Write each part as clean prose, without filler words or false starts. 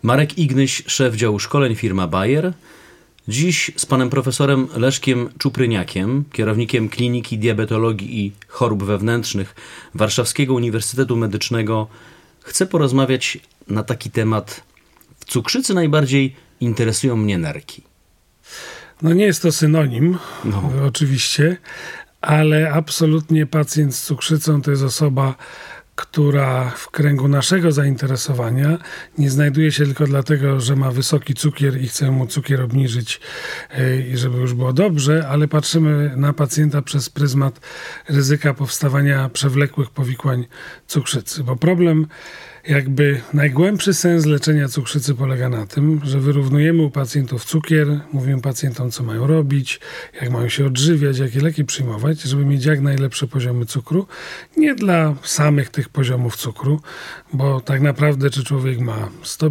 Marek Ignyś, szef działu szkoleń, firma Bayer. Dziś z panem profesorem Leszkiem Czupryniakiem, kierownikiem Kliniki Diabetologii i Chorób Wewnętrznych Warszawskiego Uniwersytetu Medycznego, chcę porozmawiać na taki temat. W cukrzycy najbardziej interesują mnie nerki. No nie jest to synonim, oczywiście, ale absolutnie pacjent z cukrzycą to jest osoba, która w kręgu naszego zainteresowania nie znajduje się tylko dlatego, że ma wysoki cukier i chcemy mu cukier obniżyć i żeby już było dobrze, ale patrzymy na pacjenta przez pryzmat ryzyka powstawania przewlekłych powikłań cukrzycy. Bo problem, jakby najgłębszy sens leczenia cukrzycy polega na tym, że wyrównujemy u pacjentów cukier, mówimy pacjentom, co mają robić, jak mają się odżywiać, jakie leki przyjmować, żeby mieć jak najlepsze poziomy cukru. Nie dla samych tych poziomów cukru, bo tak naprawdę czy człowiek ma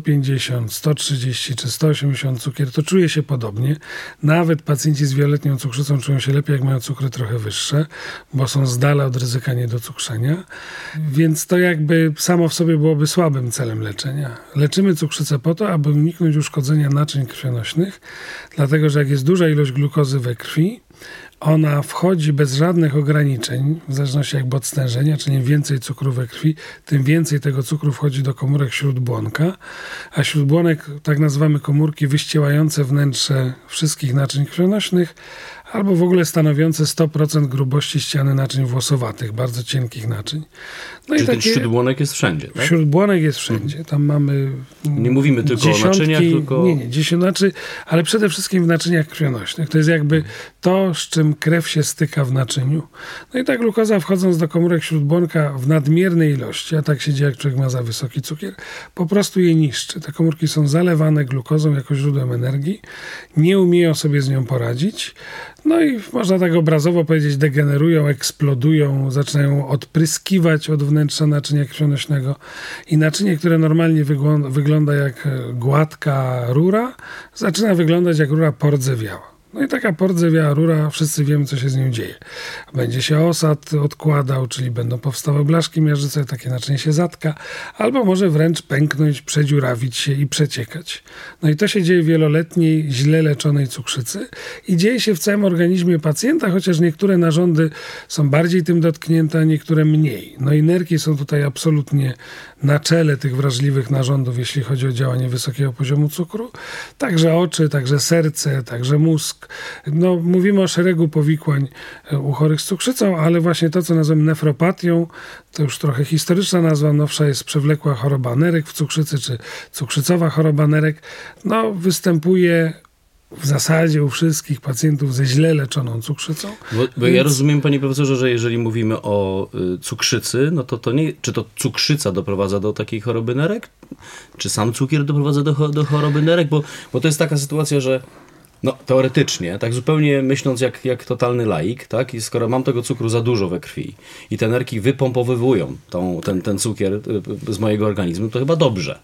150, 130 czy 180 cukier, to czuje się podobnie. Nawet pacjenci z wieloletnią cukrzycą czują się lepiej, jak mają cukry trochę wyższe, bo są z dala od ryzyka niedocukrzenia. Więc to jakby samo w sobie byłoby słabym celem leczenia. Leczymy cukrzycę po to, aby uniknąć uszkodzenia naczyń krwionośnych, dlatego że jak jest duża ilość glukozy we krwi, ona wchodzi bez żadnych ograniczeń, w zależności jakby od stężenia, czyli im więcej cukru we krwi, tym więcej tego cukru wchodzi do komórek śródbłonka, a śródbłonek tak nazywamy komórki wyściełające wnętrze wszystkich naczyń krwionośnych, albo w ogóle stanowiące 100% grubości ściany naczyń włosowatych, bardzo cienkich naczyń. No czyli ten śródbłonek jest wszędzie, tak? Śródbłonek jest wszędzie. Tam mamy nie mówimy tylko o naczyniach, tylko... Nie, dziesiątki, ale przede wszystkim w naczyniach krwionośnych. To jest jakby to, z czym krew się styka w naczyniu. No i ta glukoza, wchodząc do komórek śródbłonka w nadmiernej ilości, a tak się dzieje, jak człowiek ma za wysoki cukier, po prostu je niszczy. Te komórki są zalewane glukozą jako źródłem energii, nie umieją sobie z nią poradzić. No i można tak obrazowo powiedzieć, degenerują, eksplodują, zaczynają odpryskiwać od wnętrza naczynia krwionośnego i naczynie, które normalnie wygląda jak gładka rura, zaczyna wyglądać jak rura pordzewiała. No i taka pordzewiała rura, wszyscy wiemy, co się z nią dzieje. Będzie się osad odkładał, czyli będą powstawały blaszki miażdżyce, takie naczynie się zatka, albo może wręcz pęknąć, przedziurawić się i przeciekać. No i to się dzieje w wieloletniej, źle leczonej cukrzycy i dzieje się w całym organizmie pacjenta, chociaż niektóre narządy są bardziej tym dotknięte, a niektóre mniej. No i nerki są tutaj absolutnie na czele tych wrażliwych narządów, jeśli chodzi o działanie wysokiego poziomu cukru. Także oczy, także serce, także mózg. No, mówimy o szeregu powikłań u chorych z cukrzycą, ale właśnie to, co nazywamy nefropatią, to już trochę historyczna nazwa, nowsza jest przewlekła choroba nerek w cukrzycy, czy cukrzycowa choroba nerek. No, występuje w zasadzie u wszystkich pacjentów ze źle leczoną cukrzycą. Bo ja rozumiem, panie profesorze, że jeżeli mówimy o cukrzycy, no to nie, czy to cukrzyca doprowadza do takiej choroby nerek? Czy sam cukier doprowadza do choroby nerek? Bo to jest taka sytuacja, że no, teoretycznie, tak zupełnie myśląc jak totalny laik, tak? I skoro mam tego cukru za dużo we krwi i te nerki wypompowywują ten cukier z mojego organizmu, to chyba dobrze.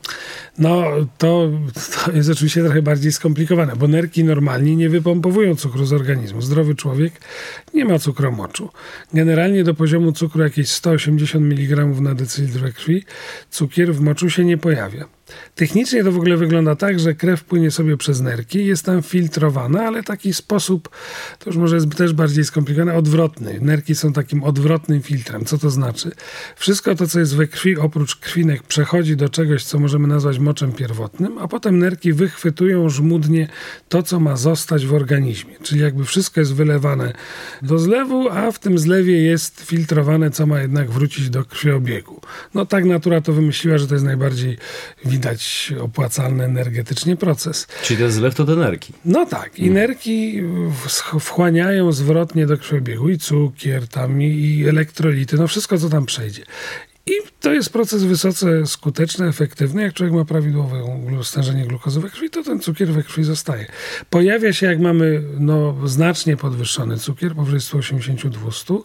No, to jest oczywiście trochę bardziej skomplikowane, bo nerki normalnie nie wypompowują cukru z organizmu. Zdrowy człowiek nie ma cukromoczu. Generalnie do poziomu cukru jakieś 180 mg na decylitr we krwi cukier w moczu się nie pojawia. Technicznie to w ogóle wygląda tak, że krew płynie sobie przez nerki, jest tam filtrowana, ale taki sposób, to już może jest też bardziej skomplikowane, odwrotny. Nerki są takim odwrotnym filtrem. Co to znaczy? Wszystko to, co jest we krwi, oprócz krwinek, przechodzi do czegoś, co możemy nazwać moczem pierwotnym, a potem nerki wychwytują żmudnie to, co ma zostać w organizmie. Czyli jakby wszystko jest wylewane do zlewu, a w tym zlewie jest filtrowane, co ma jednak wrócić do krwiobiegu. No tak natura to wymyśliła, że to jest najbardziej widać opłacalny energetycznie proces. Czyli ten zlew to te nerki. No tak. I nerki wchłaniają zwrotnie do krwiobiegu i cukier tam i elektrolity, no wszystko, co tam przejdzie. I to jest proces wysoce skuteczny, efektywny. Jak człowiek ma prawidłowe stężenie glukozy we krwi, to ten cukier we krwi zostaje. Pojawia się, jak mamy znacznie podwyższony cukier, powyżej 180-200.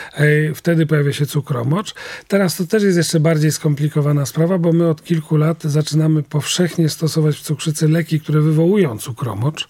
Wtedy pojawia się cukromocz. Teraz to też jest jeszcze bardziej skomplikowana sprawa, bo my od kilku lat zaczynamy powszechnie stosować w cukrzycy leki, które wywołują cukromocz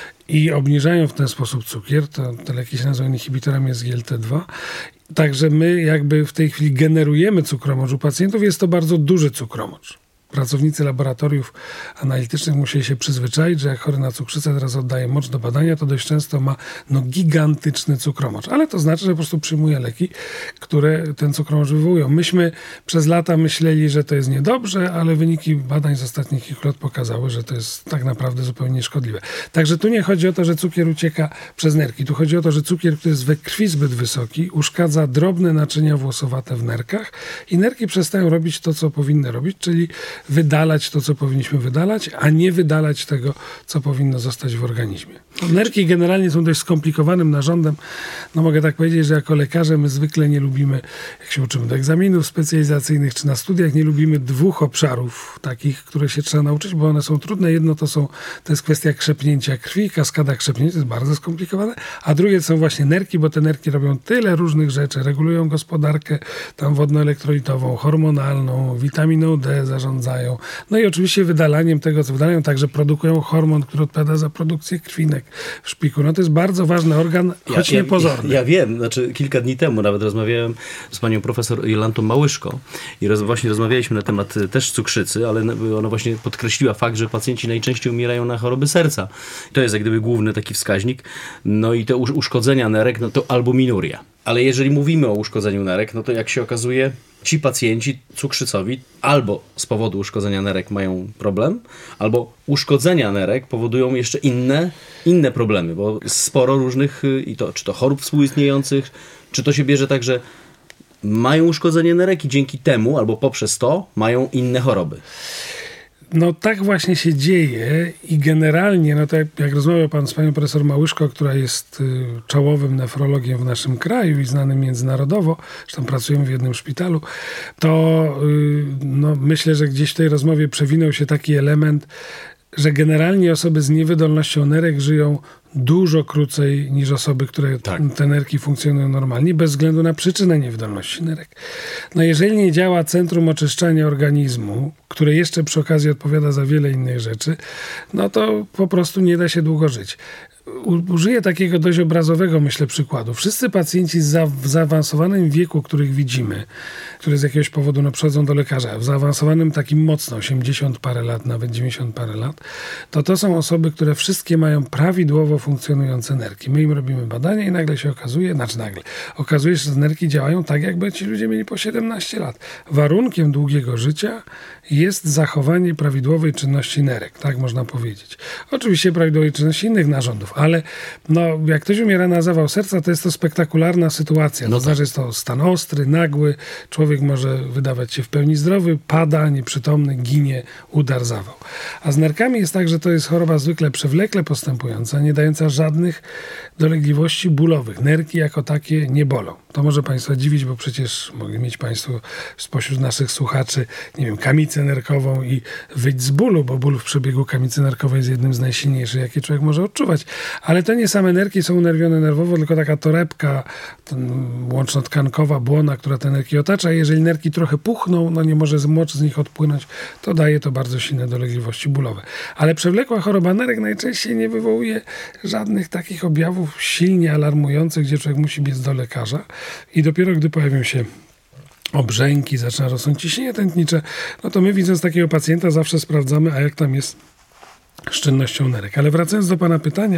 i obniżają w ten sposób cukier. Te leki się nazywają inhibitorami SGLT2. Także my jakby w tej chwili generujemy cukromocz u pacjentów. Jest to bardzo duży cukromocz. pracownicy laboratoriów analitycznych musieli się przyzwyczaić, że jak chory na cukrzycę teraz oddaje mocz do badania, to dość często ma gigantyczny cukromocz. Ale to znaczy, że po prostu przyjmuje leki, które ten cukromocz wywołują. Myśmy przez lata myśleli, że to jest niedobrze, ale wyniki badań z ostatnich kilku lat pokazały, że to jest tak naprawdę zupełnie nieszkodliwe. Także tu nie chodzi o to, że cukier ucieka przez nerki. Tu chodzi o to, że cukier, który jest we krwi zbyt wysoki, uszkadza drobne naczynia włosowate w nerkach i nerki przestają robić to, co powinny robić, czyli wydalać to, co powinniśmy wydalać, a nie wydalać tego, co powinno zostać w organizmie. Nerki generalnie są dość skomplikowanym narządem. No mogę tak powiedzieć, że jako lekarze my zwykle nie lubimy, jak się uczymy do egzaminów specjalizacyjnych czy na studiach, nie lubimy dwóch obszarów takich, które się trzeba nauczyć, bo one są trudne. Jedno to jest kwestia krzepnięcia krwi, kaskada krzepnięcia, to jest bardzo skomplikowane, a drugie to są właśnie nerki, bo te nerki robią tyle różnych rzeczy, regulują gospodarkę tam wodnoelektrolitową, hormonalną, witaminą D zarządzają, no i oczywiście wydalaniem tego, co wydają, także produkują hormon, który odpowiada za produkcję krwinek w szpiku. No to jest bardzo ważny organ, choć niepozorny. Ja wiem, kilka dni temu nawet rozmawiałem z panią profesor Jolantą Małyszko i właśnie rozmawialiśmy na temat też cukrzycy, ale ona właśnie podkreśliła fakt, że pacjenci najczęściej umierają na choroby serca. To jest jak gdyby główny taki wskaźnik. No i te uszkodzenia nerek, no to albuminuria. Ale jeżeli mówimy o uszkodzeniu nerek, no to jak się okazuje, ci pacjenci cukrzycowi albo z powodu uszkodzenia nerek mają problem, albo uszkodzenia nerek powodują jeszcze inne problemy, bo sporo różnych, czy to chorób współistniejących, czy to się bierze tak, że mają uszkodzenie nerek i dzięki temu, albo poprzez to, mają inne choroby. No tak właśnie się dzieje i generalnie, no tak jak rozmawiał pan z panią profesor Małyszko, która jest czołowym nefrologiem w naszym kraju i znanym międzynarodowo, zresztą pracujemy w jednym szpitalu, to no, myślę, że gdzieś w tej rozmowie przewinął się taki element, że generalnie osoby z niewydolnością nerek żyją dużo krócej niż osoby, które te nerki funkcjonują normalnie, bez względu na przyczynę niewydolności nerek. No jeżeli nie działa centrum oczyszczania organizmu, które jeszcze przy okazji odpowiada za wiele innych rzeczy, no to po prostu nie da się długo żyć. Użyję takiego dość obrazowego, myślę, przykładu. Wszyscy pacjenci w zaawansowanym wieku, których widzimy, które z jakiegoś powodu przychodzą do lekarza, w zaawansowanym takim mocno, 80 parę lat, nawet 90 parę lat, to są osoby, które wszystkie mają prawidłowo funkcjonujące nerki. My im robimy badania i nagle się okazuje się, że nerki działają tak, jakby ci ludzie mieli po 17 lat. Warunkiem długiego życia jest zachowanie prawidłowej czynności nerek, tak można powiedzieć. Oczywiście prawidłowej czynności innych narządów, ale no, jak ktoś umiera na zawał serca, to jest to spektakularna sytuacja. To znaczy jest to stan ostry, nagły, człowiek może wydawać się w pełni zdrowy, pada, nieprzytomny, ginie, udar, zawał. A z nerkami jest tak, że to jest choroba zwykle przewlekle postępująca, nie dająca żadnych dolegliwości bólowych. Nerki jako takie nie bolą. To może państwa dziwić, bo przecież mogli mieć państwo spośród naszych słuchaczy, nie wiem, kamicę nerkową i wyjść z bólu, bo ból w przebiegu kamicy nerkowej jest jednym z najsilniejszych, jakie człowiek może odczuwać. Ale to nie same nerki są unerwione nerwowo, tylko taka torebka łącznotkankowa, błona, która te nerki otacza. Jeżeli nerki trochę puchną, no nie może mocz z nich odpłynąć, to daje to bardzo silne dolegliwości bólowe. Ale przewlekła choroba nerek najczęściej nie wywołuje żadnych takich objawów silnie alarmujących, gdzie człowiek musi biec do lekarza. I dopiero gdy pojawią się obrzęki, zaczyna rosnąć ciśnienie tętnicze, no to my widząc takiego pacjenta zawsze sprawdzamy, a jak tam jest z czynnością nerek. Ale wracając do pana pytania,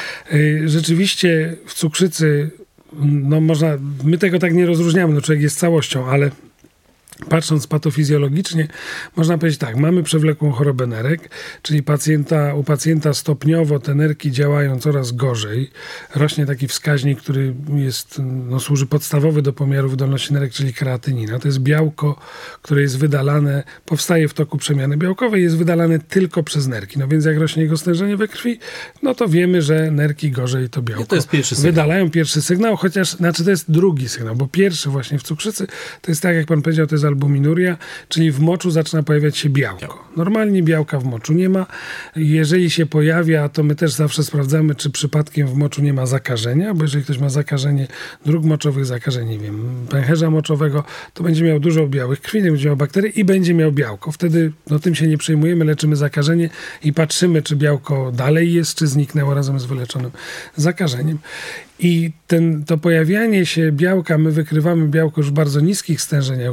rzeczywiście w cukrzycy, no my tego tak nie rozróżniamy, no człowiek jest całością, ale patrząc patofizjologicznie, można powiedzieć tak, mamy przewlekłą chorobę nerek, czyli u pacjenta stopniowo te nerki działają coraz gorzej. Rośnie taki wskaźnik, który służy podstawowy do pomiaru wydolności nerek, czyli kreatynina. To jest białko, które jest wydalane, powstaje w toku przemiany białkowej, jest wydalane tylko przez nerki. No więc jak rośnie jego stężenie we krwi, no to wiemy, że nerki gorzej to białko to jest pierwszy sygnał. Wydalają pierwszy sygnał, chociaż, to jest drugi sygnał, bo pierwszy właśnie w cukrzycy to jest tak, jak pan powiedział, to jest albuminuria, czyli w moczu zaczyna pojawiać się białko. Normalnie białka w moczu nie ma. Jeżeli się pojawia, to my też zawsze sprawdzamy, czy przypadkiem w moczu nie ma zakażenia, bo jeżeli ktoś ma zakażenie dróg moczowych, zakażenie, nie wiem, pęcherza moczowego, to będzie miał dużo białych krwi, będzie miał bakterie i będzie miał białko. Wtedy tym się nie przejmujemy, leczymy zakażenie i patrzymy, czy białko dalej jest, czy zniknęło razem z wyleczonym zakażeniem. I to pojawianie się białka, my wykrywamy białko już w bardzo niskich stężeniach u chorych na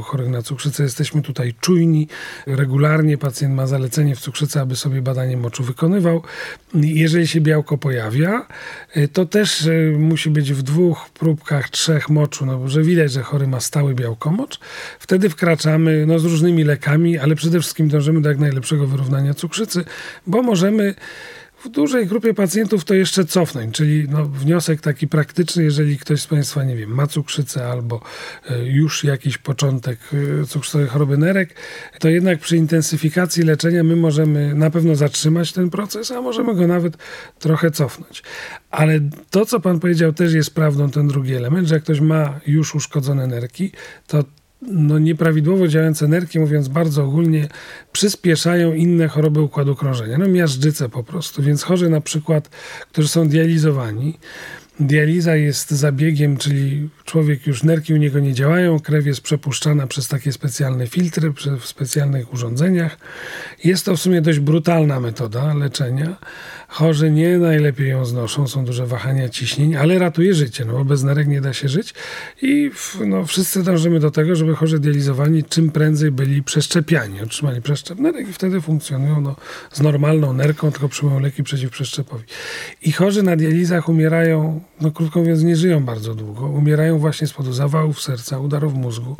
Na cukrzycę jesteśmy tutaj czujni. Regularnie pacjent ma zalecenie w cukrzycy, aby sobie badanie moczu wykonywał. Jeżeli się białko pojawia, to też musi być w 2 próbkach, 3 moczu, no bo że widać, że chory ma stały białkomocz. Wtedy wkraczamy z różnymi lekami, ale przede wszystkim dążymy do jak najlepszego wyrównania cukrzycy, bo możemy w dużej grupie pacjentów to jeszcze cofnąć, czyli wniosek taki praktyczny, jeżeli ktoś z Państwa, nie wiem, ma cukrzycę albo już jakiś początek cukrzycowej choroby nerek, to jednak przy intensyfikacji leczenia my możemy na pewno zatrzymać ten proces, a możemy go nawet trochę cofnąć. Ale to, co Pan powiedział, też jest prawdą, ten drugi element, że jak ktoś ma już uszkodzone nerki, to nieprawidłowo działające nerki, mówiąc bardzo ogólnie, przyspieszają inne choroby układu krążenia. Miażdżycę po prostu. Więc chorzy na przykład, którzy są dializowani, dializa jest zabiegiem, czyli człowiek już, nerki u niego nie działają, krew jest przepuszczana przez takie specjalne filtry, w specjalnych urządzeniach. Jest to w sumie dość brutalna metoda leczenia. Chorzy nie najlepiej ją znoszą, są duże wahania ciśnień, ale ratuje życie, bo bez nerek nie da się żyć i wszyscy dążymy do tego, żeby chorzy dializowani czym prędzej byli przeszczepiani, otrzymali przeszczep nerek i wtedy funkcjonują z normalną nerką, tylko przyjmują leki przeciwprzeszczepowi. I chorzy na dializach umierają, krótko mówiąc, nie żyją bardzo długo, umierają właśnie z powodu zawałów serca, udarów mózgu,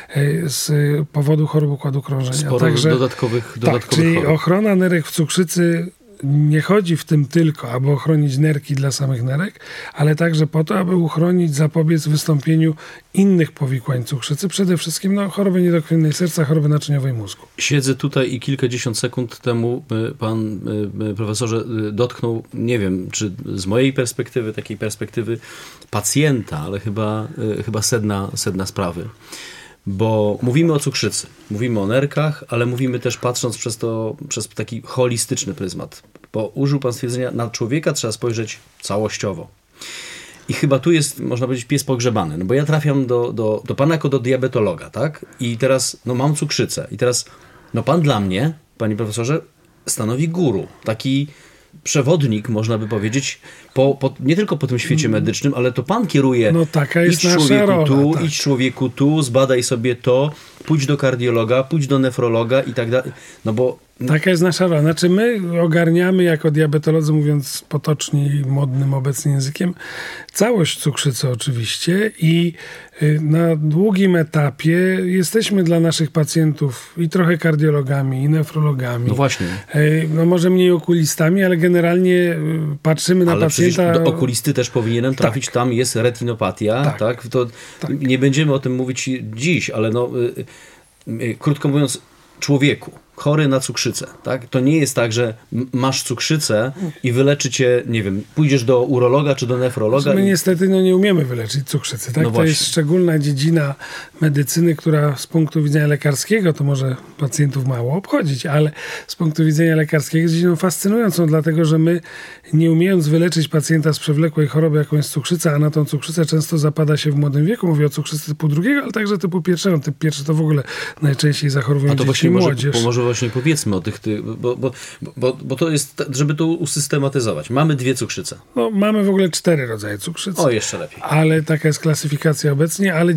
z powodu chorób układu krążenia. Sporo Także dodatkowych czyli chorób. ochrona nerek w cukrzycy nie chodzi w tym tylko, aby ochronić nerki dla samych nerek, ale także po to, aby uchronić, zapobiec wystąpieniu innych powikłań cukrzycy, przede wszystkim choroby niedokrwiennej serca, choroby naczyniowej mózgu. Siedzę tutaj i kilkadziesiąt sekund temu pan profesorze dotknął, nie wiem, czy z mojej perspektywy, takiej perspektywy pacjenta, ale chyba sedna sprawy. Bo mówimy o cukrzycy, mówimy o nerkach, ale mówimy też patrząc przez taki holistyczny pryzmat. Bo użył pan stwierdzenia, na człowieka trzeba spojrzeć całościowo. I chyba tu jest, można powiedzieć, pies pogrzebany. Bo ja trafiam do pana jako do diabetologa, tak? I teraz, mam cukrzycę. I teraz, pan dla mnie, panie profesorze, stanowi guru. Taki przewodnik, można by powiedzieć, nie tylko po tym świecie medycznym, ale to pan kieruje. Taka jest idź nasza człowieku rola, tu, tak. idź człowieku tu, zbadaj sobie to, pójdź do kardiologa, pójdź do nefrologa i tak dalej. Taka jest nasza rola. Znaczy my ogarniamy jako diabetolodzy, mówiąc potocznie i modnym obecnie językiem, całość cukrzycy oczywiście i na długim etapie jesteśmy dla naszych pacjentów i trochę kardiologami, i nefrologami. No właśnie. Może mniej okulistami, ale generalnie patrzymy na pacjenta. Do okulisty też powinienem trafić, tak. Tam jest retinopatia, tak? Tak. Nie będziemy o tym mówić dziś, ale krótko mówiąc, człowieku, chory na cukrzycę, tak? To nie jest tak, że masz cukrzycę i wyleczy cię, nie wiem, pójdziesz do urologa czy do nefrologa. My niestety nie umiemy wyleczyć cukrzycy, tak? To jest szczególna dziedzina medycyny, która z punktu widzenia lekarskiego to może pacjentów mało obchodzić, ale z punktu widzenia lekarskiego jest dziedziną fascynującą, dlatego że my, nie umiejąc wyleczyć pacjenta z przewlekłej choroby, jaką jest cukrzyca, a na tą cukrzycę często zapada się w młodym wieku, mówię o cukrzycy typu 2, ale także typu 1. Typ 1 to w ogóle najczęściej zachorowują dzieci i młodzież. Może właśnie powiedzmy o tych, bo to jest, żeby to usystematyzować. Mamy 2 cukrzyce. Mamy w ogóle 4 rodzaje cukrzycy. O, jeszcze lepiej. Ale taka jest klasyfikacja obecnie, ale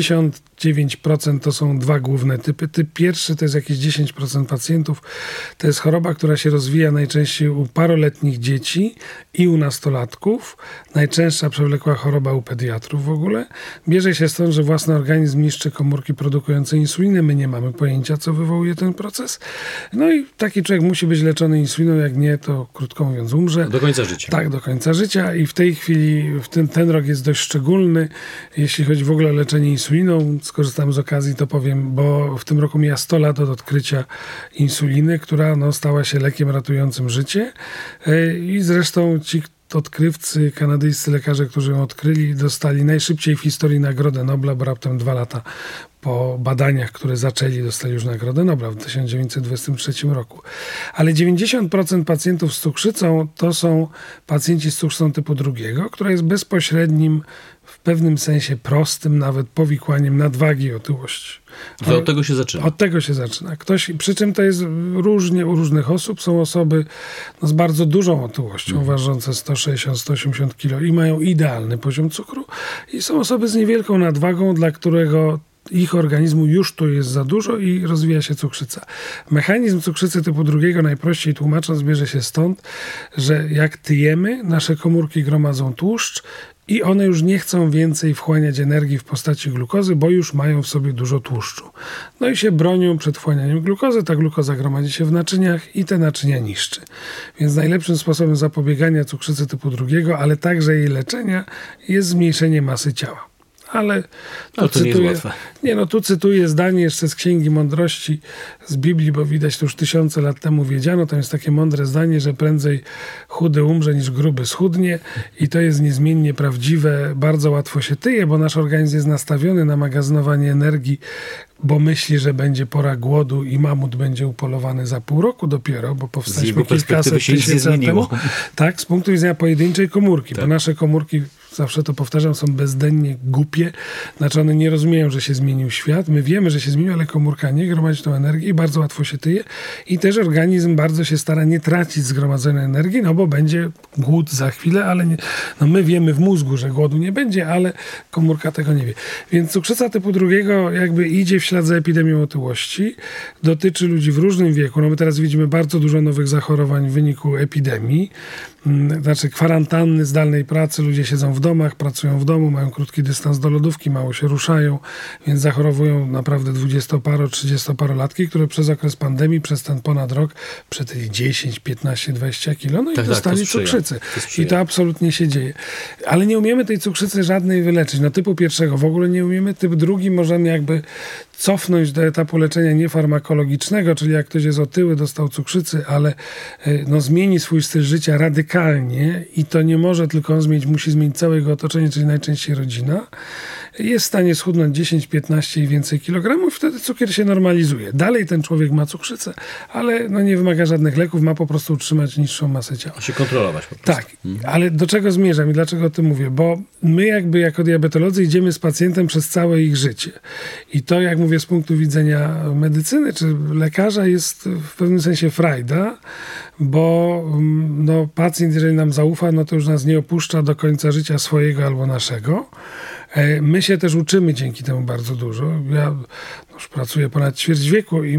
99% to są 2 główne typy. Typ 1 to jest jakieś 10% pacjentów. To jest choroba, która się rozwija najczęściej u paroletnich dzieci i u nastolatków. Najczęstsza przewlekła choroba u pediatrów w ogóle. Bierze się stąd, że własny organizm niszczy komórki produkujące insulinę. My nie mamy pojęcia, co wywołuje ten proces. I taki człowiek musi być leczony insuliną, jak nie, to krótko mówiąc umrze. Do końca życia. Tak, do końca życia i w tej chwili ten rok jest dość szczególny, jeśli chodzi w ogóle o leczenie insuliną. Skorzystam z okazji, to powiem, bo w tym roku mija 100 lat od odkrycia insuliny, która stała się lekiem ratującym życie i zresztą ci odkrywcy, kanadyjscy lekarze, którzy ją odkryli, dostali najszybciej w historii Nagrodę Nobla, bo raptem 2 lata po badaniach, które zaczęli, dostali już Nagrodę Nobla w 1923 roku. Ale 90% pacjentów z cukrzycą to są pacjenci z cukrzycą typu 2, która jest bezpośrednim, w pewnym sensie prostym nawet powikłaniem nadwagi i otyłości. To od tego się zaczyna. Od tego się zaczyna. Przy czym to jest różnie u różnych osób. Są osoby z bardzo dużą otyłością, ważące 160-180 kg i mają idealny poziom cukru. I są osoby z niewielką nadwagą, dla którego ich organizmu już tu jest za dużo i rozwija się cukrzyca. Mechanizm cukrzycy typu 2, najprościej tłumacząc, bierze się stąd, że jak tyjemy, nasze komórki gromadzą tłuszcz i one już nie chcą więcej wchłaniać energii w postaci glukozy, bo już mają w sobie dużo tłuszczu. No i się bronią przed wchłanianiem glukozy, ta glukoza gromadzi się w naczyniach i te naczynia niszczy. Więc najlepszym sposobem zapobiegania cukrzycy typu 2, ale także jej leczenia jest zmniejszenie masy ciała. Ale to nie jest łatwe. Tu cytuję zdanie jeszcze z Księgi Mądrości z Biblii, bo widać, to już 1000 lat temu wiedziano. Tam jest takie mądre zdanie, że prędzej chudy umrze niż gruby schudnie i to jest niezmiennie prawdziwe. Bardzo łatwo się tyje, bo nasz organizm jest nastawiony na magazynowanie energii, bo myśli, że będzie pora głodu i mamut będzie upolowany za pół roku dopiero, bo powstaliśmy kilkaset tysięcy lat temu. Tak, z punktu widzenia pojedynczej komórki, bo nasze komórki, zawsze to powtarzam, są bezdennie głupie. Znaczy one nie rozumieją, że się zmienił świat. My wiemy, że się zmienił, ale komórka nie gromadzi tą energię i bardzo łatwo się tyje. I też organizm bardzo się stara nie tracić zgromadzonej energii, bo będzie głód za chwilę, ale nie, my wiemy w mózgu, że głodu nie będzie, ale komórka tego nie wie. Więc cukrzyca typu 2 jakby idzie w ślad za epidemią otyłości. Dotyczy ludzi w różnym wieku. My teraz widzimy bardzo dużo nowych zachorowań w wyniku epidemii. Znaczy kwarantanny, zdalnej pracy, ludzie siedzą w domach, pracują w domu, mają krótki dystans do lodówki, mało się ruszają, więc zachorowują naprawdę 20-paro, 30-parolatki, które przez okres pandemii, przez ten ponad rok, przetyli 10, 15, 20 kilo, i dostali cukrzycę. I to absolutnie się dzieje. Ale nie umiemy tej cukrzycy żadnej wyleczyć. Typu 1 w ogóle nie umiemy, typ 2 możemy jakby cofnąć do etapu leczenia niefarmakologicznego, czyli jak ktoś jest otyły, dostał cukrzycy, ale zmieni swój styl życia radykalnie i to nie może tylko on zmienić, musi zmienić całe jego otoczenie, czyli najczęściej rodzina, jest w stanie schudnąć 10, 15 i więcej kilogramów, wtedy cukier się normalizuje. Dalej ten człowiek ma cukrzycę, ale nie wymaga żadnych leków, ma po prostu utrzymać niższą masę ciała. Się kontrolować po prostu. Tak, ale do czego zmierzam i dlaczego o tym mówię? Bo my jakby jako diabetolodzy idziemy z pacjentem przez całe ich życie. I to, jak mówię, z punktu widzenia medycyny czy lekarza jest w pewnym sensie frajda, bo pacjent, jeżeli nam zaufa, to już nas nie opuszcza do końca życia swojego albo naszego. My się też uczymy dzięki temu bardzo dużo. Ja już pracuję ponad ćwierć wieku i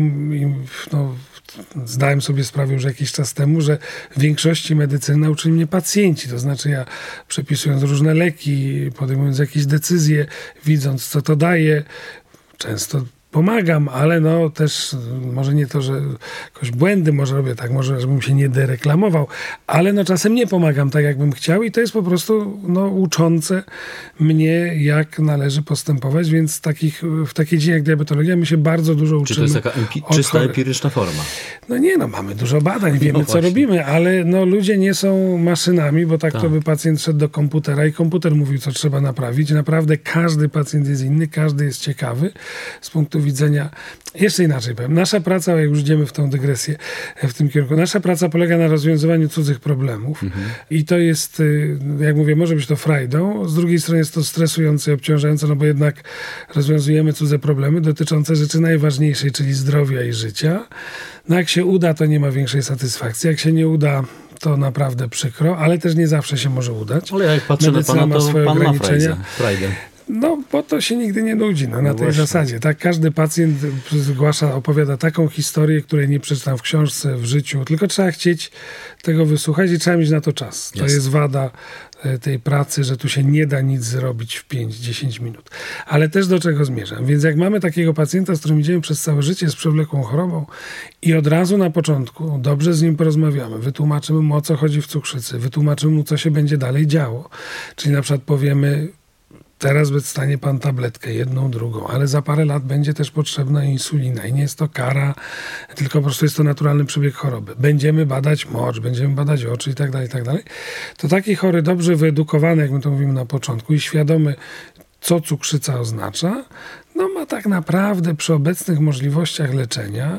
zdałem sobie sprawę już jakiś czas temu, że w większości medycyny nauczyli mnie pacjenci. To znaczy ja przepisując różne leki, podejmując jakieś decyzje, widząc co to daje, często pomagam, ale też może nie to, że jakoś błędy może robię tak, może żebym się nie dereklamował, ale czasem nie pomagam tak, jakbym chciał i to jest po prostu uczące mnie, jak należy postępować, więc w takiej dziedzinie jak diabetologia my się bardzo dużo uczymy. Czy to jest taka czysta empiryczna forma? Mamy dużo badań, wiemy co robimy, ale ludzie nie są maszynami, bo tak to by pacjent szedł do komputera i komputer mówił, co trzeba naprawić. Naprawdę każdy pacjent jest inny, każdy jest ciekawy z punktu widzenia, jeszcze inaczej powiem, nasza praca, jak już idziemy w tą dygresję w tym kierunku, nasza praca polega na rozwiązywaniu cudzych problemów i to jest, jak mówię, może być to frajdą, z drugiej strony jest to stresujące i obciążające, bo jednak rozwiązujemy cudze problemy dotyczące rzeczy najważniejszej, czyli zdrowia i życia. Jak się uda, to nie ma większej satysfakcji, jak się nie uda, to naprawdę przykro, ale też nie zawsze się może udać. Ale jak patrzę na pana, to pan ma frajdę. Bo to się nigdy nie nudzi, na tej zasadzie. Tak, każdy pacjent opowiada taką historię, której nie przeczytam w książce, w życiu, tylko trzeba chcieć tego wysłuchać i trzeba mieć na to czas. To jest wada tej pracy, że tu się nie da nic zrobić w 5-10 minut. Ale też do czego zmierzam? Więc jak mamy takiego pacjenta, z którym idziemy przez całe życie z przewlekłą chorobą i od razu na początku dobrze z nim porozmawiamy, wytłumaczymy mu, o co chodzi w cukrzycy, wytłumaczymy mu, co się będzie dalej działo. Czyli na przykład powiemy, teraz dostanie pan tabletkę, jedną, drugą, ale za parę lat będzie też potrzebna insulina i nie jest to kara, tylko po prostu jest to naturalny przebieg choroby. Będziemy badać mocz, będziemy badać oczy i tak dalej. To taki chory, dobrze wyedukowany, jak my to mówimy na początku i świadomy, co cukrzyca oznacza, ma tak naprawdę przy obecnych możliwościach leczenia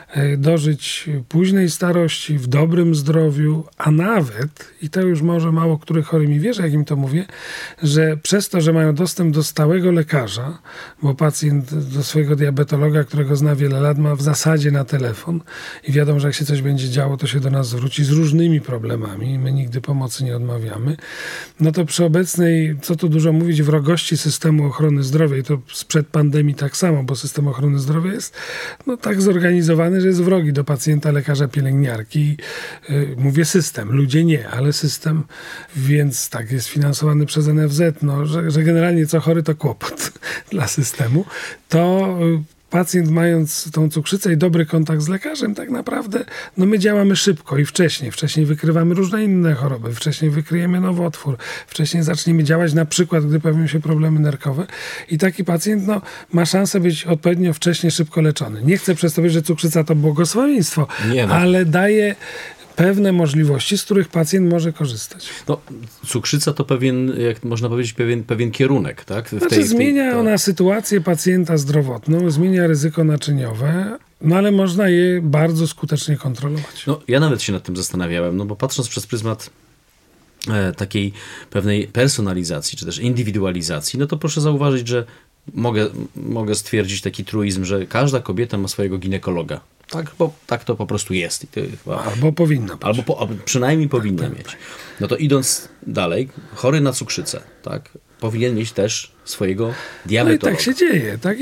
dożyć późnej starości, w dobrym zdrowiu, a nawet, i to już może mało który chory mi wierzy, jak im to mówię, że przez to, że mają dostęp do stałego lekarza, bo pacjent do swojego diabetologa, którego zna wiele lat, ma w zasadzie na telefon i wiadomo, że jak się coś będzie działo, to się do nas zwróci z różnymi problemami. My nigdy pomocy nie odmawiamy. No to przy obecnej, co tu dużo mówić, wrogości systemu ochrony zdrowia i to sprzed pandemii tak samo, bo system ochrony zdrowia jest tak zorganizowany, że jest wrogi do pacjenta, lekarza, pielęgniarki. Mówię system, ludzie nie, ale system, więc tak jest finansowany przez NFZ, że generalnie co chory to kłopot dla systemu. To pacjent, mając tą cukrzycę i dobry kontakt z lekarzem, tak naprawdę my działamy szybko i wcześniej. Wcześniej wykrywamy różne inne choroby, wcześniej wykryjemy nowotwór, wcześniej zaczniemy działać, na przykład gdy pojawią się problemy nerkowe i taki pacjent ma szansę być odpowiednio wcześnie, szybko leczony. Nie chcę przez to powiedzieć, że cukrzyca to błogosławieństwo, ale daje pewne możliwości, z których pacjent może korzystać. Cukrzyca to pewien, jak można powiedzieć, pewien kierunek, tak? Zmienia ona sytuację pacjenta zdrowotną, zmienia ryzyko naczyniowe, ale można je bardzo skutecznie kontrolować. Ja nawet się nad tym zastanawiałem, bo patrząc przez pryzmat takiej pewnej personalizacji, czy też indywidualizacji, to proszę zauważyć, że mogę stwierdzić taki truizm, że każda kobieta ma swojego ginekologa. Tak, bo tak to po prostu jest. I to chyba, albo powinna być. Albo przynajmniej powinna mieć. No to idąc dalej, chory na cukrzycę, tak, powinien mieć też swojego diabetologa. No i tak się dzieje, tak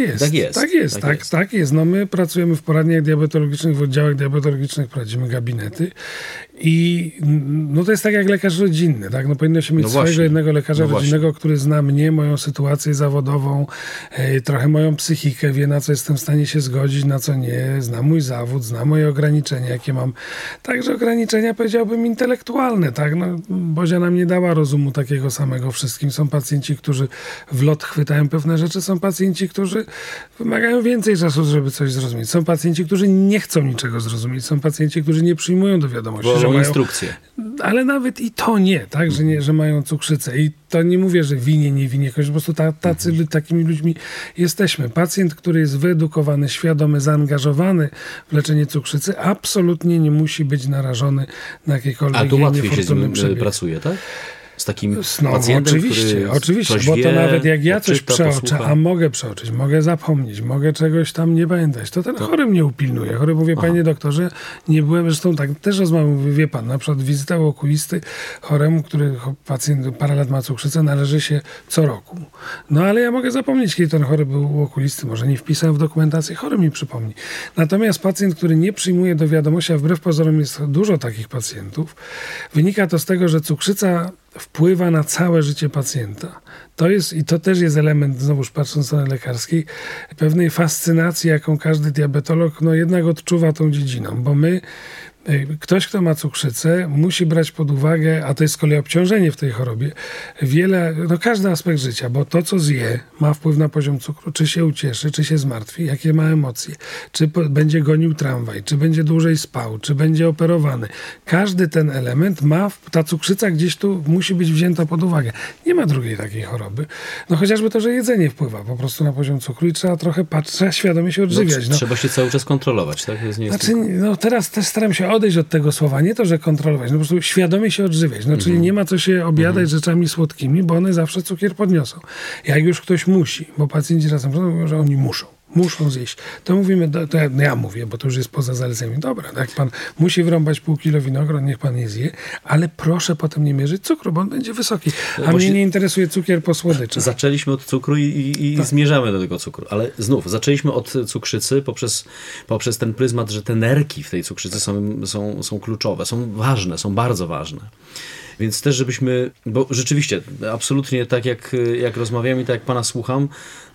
jest. My pracujemy w poradniach diabetologicznych, w oddziałach diabetologicznych prowadzimy gabinety i to jest tak jak lekarz rodzinny, tak? Powinno się mieć swojego jednego lekarza rodzinnego, który zna mnie, moją sytuację zawodową, trochę moją psychikę, wie na co jestem w stanie się zgodzić, na co nie, zna mój zawód, zna moje ograniczenia, jakie mam. Także ograniczenia, powiedziałbym, intelektualne, tak? Bozia nam nie dała rozumu takiego samego wszystkim. Są pacjenci, którzy w lot chwytają pewne rzeczy, są pacjenci, którzy wymagają więcej czasu, żeby coś zrozumieć. Są pacjenci, którzy nie chcą niczego zrozumieć. Są pacjenci, którzy nie przyjmują do wiadomości, że mają instrukcje. Ale nawet i to nie, tak, że mają cukrzycę. I to nie mówię, że nie winie, po prostu takimi ludźmi jesteśmy. Pacjent, który jest wyedukowany, świadomy, zaangażowany w leczenie cukrzycy, absolutnie nie musi być narażony na jakiekolwiek niefortunny przebieg. A tu łatwiej się z nim pracuje, tak? Z takim pacjentem, oczywiście, bo to nawet jak ja coś przeoczę, a mogę przeoczyć, mogę zapomnieć, mogę czegoś tam nie pamiętać, to ten chory mnie upilnuje. Chory mówi, panie doktorze, nie byłem, zresztą tak też rozmawiam, wie pan, na przykład wizyta u okulisty choremu, który pacjent parę lat ma cukrzycę, należy się co roku. Ale ja mogę zapomnieć, kiedy ten chory był u okulisty, może nie wpisałem w dokumentację, chory mi przypomni. Natomiast pacjent, który nie przyjmuje do wiadomości, a wbrew pozorom jest dużo takich pacjentów, wynika to z tego, że cukrzyca wpływa na całe życie pacjenta. To też jest element, znowuż patrząc z strony lekarskiej, pewnej fascynacji, jaką każdy diabetolog jednak odczuwa tą dziedziną, bo ktoś, kto ma cukrzycę, musi brać pod uwagę, a to jest z kolei obciążenie w tej chorobie, każdy aspekt życia, bo to, co zje, ma wpływ na poziom cukru, czy się ucieszy, czy się zmartwi, jakie ma emocje, czy będzie gonił tramwaj, czy będzie dłużej spał, czy będzie operowany. Każdy ten element ta cukrzyca gdzieś tu musi być wzięta pod uwagę. Nie ma drugiej takiej choroby. Chociażby to, że jedzenie wpływa po prostu na poziom cukru i trzeba trochę trzeba świadomie się odżywiać. Trzeba się cały czas kontrolować, tak? Teraz też staram się odejść od tego słowa, nie to, że kontrolować, po prostu świadomie się odżywiać. Czyli nie ma co się obiadać rzeczami słodkimi, bo one zawsze cukier podniosą. Jak już ktoś musi, bo pacjenci czasem mówią, że oni muszą zjeść. To mówimy, ja mówię, bo to już jest poza zaleceniami. Dobra, jak pan musi wrąbać pół kilo winogron, niech pan nie zje, ale proszę potem nie mierzyć cukru, bo on będzie wysoki. A mnie nie interesuje cukier po słodyczach. Zaczęliśmy od cukru i zmierzamy do tego cukru, ale znów zaczęliśmy od cukrzycy poprzez ten pryzmat, że te nerki w tej cukrzycy są kluczowe, są ważne, są bardzo ważne. Więc też bo rzeczywiście, absolutnie tak jak rozmawiamy i tak jak pana słucham,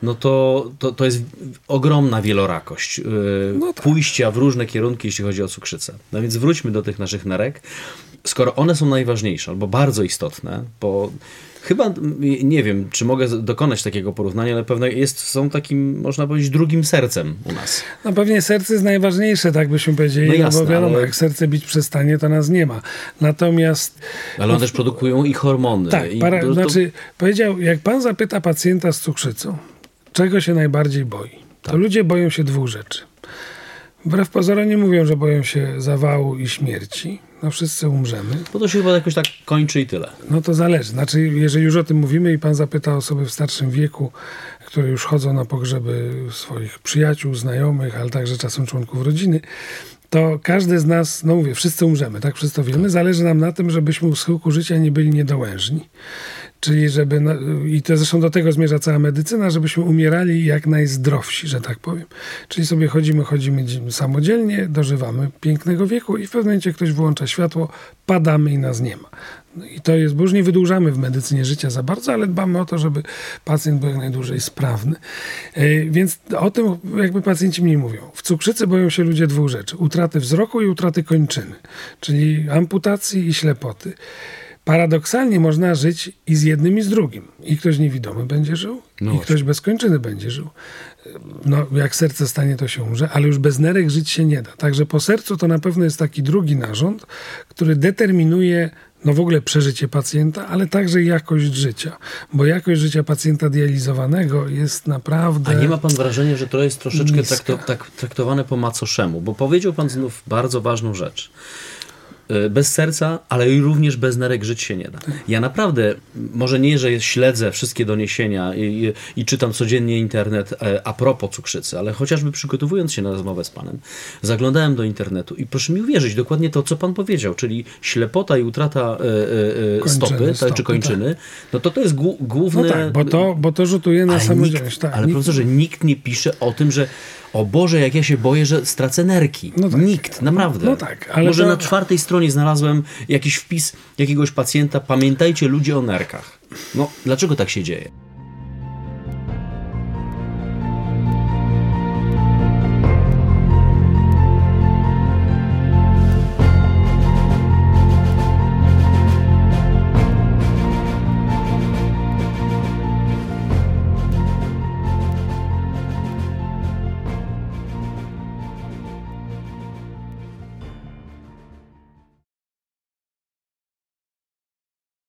to jest ogromna wielorakość pójścia w różne kierunki, jeśli chodzi o cukrzycę. Więc wróćmy do tych naszych nerek. Skoro one są najważniejsze albo bardzo istotne, bo chyba, nie wiem, czy mogę dokonać takiego porównania, ale pewnie są takim, można powiedzieć, drugim sercem u nas. Pewnie serce jest najważniejsze, tak byśmy powiedzieli, jasne, bo wiadomo, jak serce bić przestanie, to nas nie ma. Natomiast... Ale one też produkują i hormony. Tak, powiedział, jak pan zapyta pacjenta z cukrzycą, czego się najbardziej boi, to ludzie boją się dwóch rzeczy. Wbrew pozorom nie mówią, że boją się zawału i śmierci. No wszyscy umrzemy. Bo to się chyba jakoś tak kończy i tyle. No to zależy. Znaczy, jeżeli już o tym mówimy i pan zapyta osoby w starszym wieku, które już chodzą na pogrzeby swoich przyjaciół, znajomych, ale także czasem członków rodziny, to każdy z nas, no mówię, wszyscy umrzemy, tak? Wszyscy to wiemy. Zależy nam na tym, żebyśmy u schyłku życia nie byli niedołężni. Czyli żeby, i to zresztą do tego zmierza cała medycyna, żebyśmy umierali jak najzdrowsi, że tak powiem. Czyli sobie chodzimy samodzielnie, dożywamy pięknego wieku i w pewnym momencie ktoś wyłącza światło, padamy i nas nie ma. No i to jest, bo już nie wydłużamy w medycynie życia za bardzo, ale dbamy o to, żeby pacjent był jak najdłużej sprawny. Więc o tym jakby pacjenci mniej mówią. W cukrzycy boją się ludzie dwóch rzeczy. Utraty wzroku i utraty kończyny, czyli amputacji i ślepoty. Paradoksalnie można żyć i z jednym, i z drugim. I ktoś niewidomy będzie żył, i ktoś bez kończyny będzie żył. No, jak serce stanie, to się umrze, ale już bez nerek żyć się nie da. Także po sercu to na pewno jest taki drugi narząd, który determinuje w ogóle przeżycie pacjenta, ale także jakość życia. Bo jakość życia pacjenta dializowanego jest naprawdę... A nie ma pan wrażenia, że to jest troszeczkę traktowane po macoszemu? Bo powiedział pan znów bardzo ważną rzecz. Bez serca, ale i również bez nerek żyć się nie da. Ja naprawdę, może nie, że śledzę wszystkie doniesienia i czytam codziennie internet a propos cukrzycy, ale chociażby przygotowując się na rozmowę z panem, zaglądałem do internetu i proszę mi uwierzyć, dokładnie to, co pan powiedział, czyli ślepota i utrata stopy, czy kończyny, tak. No to jest główne... No tak, bo to rzutuje na samodzielność. Ale profesorze, nikt nie pisze o tym, że o Boże, jak ja się boję, że stracę nerki. No tak. Nikt, naprawdę. No tak, ale może na 4. stronie znalazłem jakiś wpis jakiegoś pacjenta. Pamiętajcie ludzie o nerkach. No, dlaczego tak się dzieje?